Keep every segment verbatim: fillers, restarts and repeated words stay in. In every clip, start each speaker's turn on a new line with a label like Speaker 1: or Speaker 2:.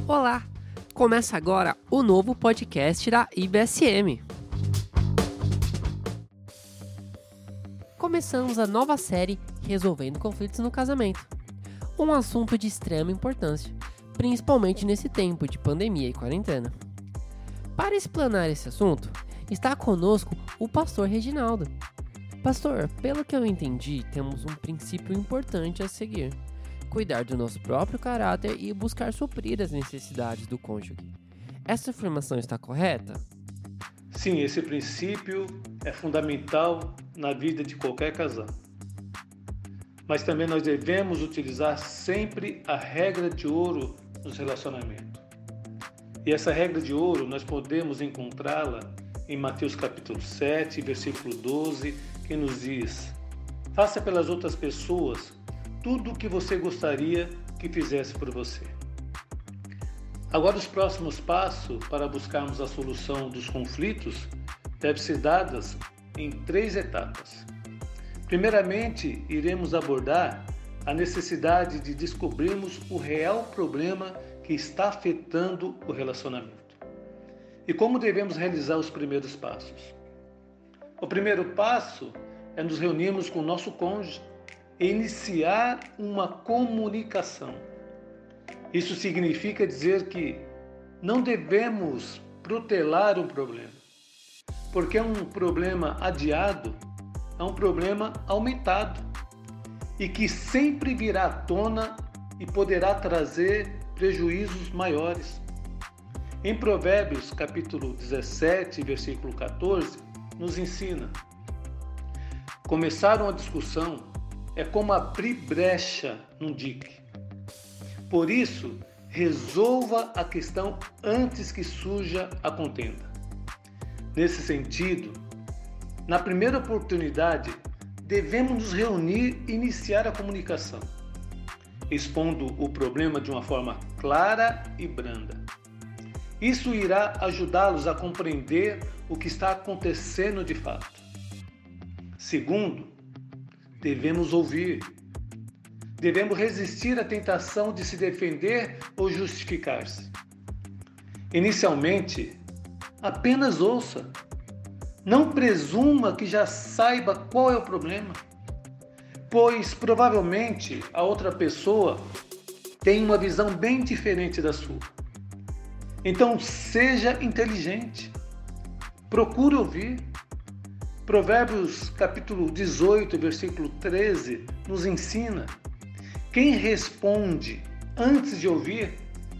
Speaker 1: Olá! Começa agora o novo podcast da I B S M. Começamos a nova série Resolvendo Conflitos no Casamento. Um assunto de extrema importância, principalmente nesse tempo de pandemia e quarentena. Para explanar esse assunto, está conosco o pastor Reginaldo. Pastor, pelo que eu entendi, temos um princípio importante a seguir: cuidar do nosso próprio caráter e buscar suprir as necessidades do cônjuge. Essa afirmação está correta?
Speaker 2: Sim, esse princípio é fundamental na vida de qualquer casal. Mas também nós devemos utilizar sempre a regra de ouro nos relacionamentos. E essa regra de ouro nós podemos encontrá-la em Mateus capítulo sete, versículo doze, que nos diz: faça pelas outras pessoas tudo o que você gostaria que fizesse por você. Agora, os próximos passos para buscarmos a solução dos conflitos devem ser dados em três etapas. Primeiramente, iremos abordar a necessidade de descobrirmos o real problema que está afetando o relacionamento e como devemos realizar os primeiros passos. O primeiro passo é nos reunirmos com o nosso cônjuge e iniciar uma comunicação. Isso significa dizer que não devemos protelar um problema, porque um problema adiado é um problema aumentado e que sempre virá à tona e poderá trazer prejuízos maiores. Em Provérbios capítulo dezessete, versículo quatorze, nos ensina: começar uma discussão é como abrir brecha num dique. Por isso, resolva a questão antes que surja a contenda. Nesse sentido, na primeira oportunidade, devemos nos reunir e iniciar a comunicação, expondo o problema de uma forma clara e branda. Isso irá ajudá-los a compreender o que está acontecendo de fato. Segundo, devemos ouvir. Devemos resistir à tentação de se defender ou justificar-se. Inicialmente, apenas ouça. Não presuma que já saiba qual é o problema, pois provavelmente a outra pessoa tem uma visão bem diferente da sua. Então, seja inteligente. Procure ouvir. Provérbios capítulo dezoito, versículo treze, nos ensina: quem responde antes de ouvir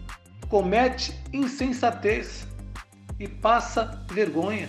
Speaker 2: comete insensatez e passa vergonha.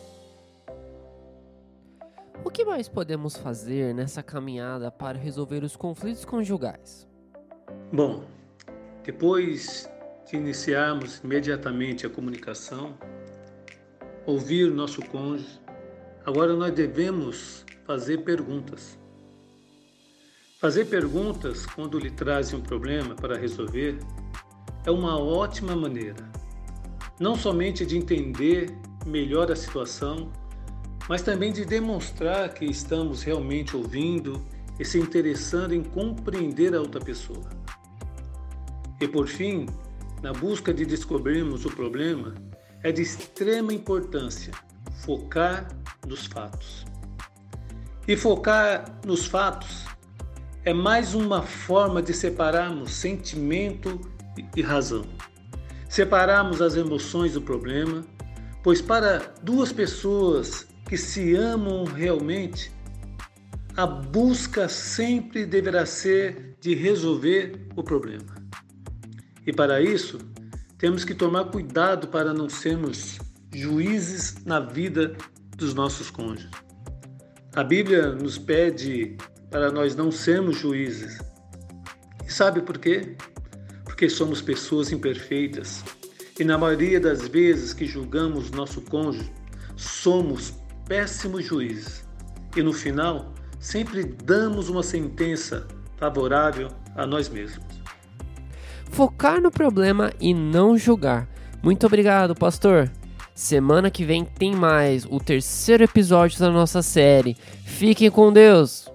Speaker 1: O que mais podemos fazer nessa caminhada para resolver os conflitos conjugais?
Speaker 2: Bom, depois de iniciarmos imediatamente a comunicação, ouvir o nosso cônjuge, agora nós devemos fazer perguntas. Fazer perguntas quando lhe trazem um problema para resolver é uma ótima maneira, não somente de entender melhor a situação, mas também de demonstrar que estamos realmente ouvindo e se interessando em compreender a outra pessoa. E por fim, na busca de descobrirmos o problema, é de extrema importância focar nos fatos. E focar nos fatos é mais uma forma de separarmos sentimento e razão. Separarmos as emoções do problema, pois para duas pessoas que se amam realmente, a busca sempre deverá ser de resolver o problema. E para isso, temos que tomar cuidado para não sermos juízes na vida dos nossos cônjuges. A Bíblia nos pede para nós não sermos juízes. E sabe por quê? Porque somos pessoas imperfeitas. E na maioria das vezes que julgamos nosso cônjuge, somos péssimos juízes. E no final, sempre damos uma sentença favorável a nós mesmos.
Speaker 1: Focar no problema e não julgar. Muito obrigado, pastor. Semana que vem tem mais, o terceiro episódio da nossa série. Fiquem com Deus!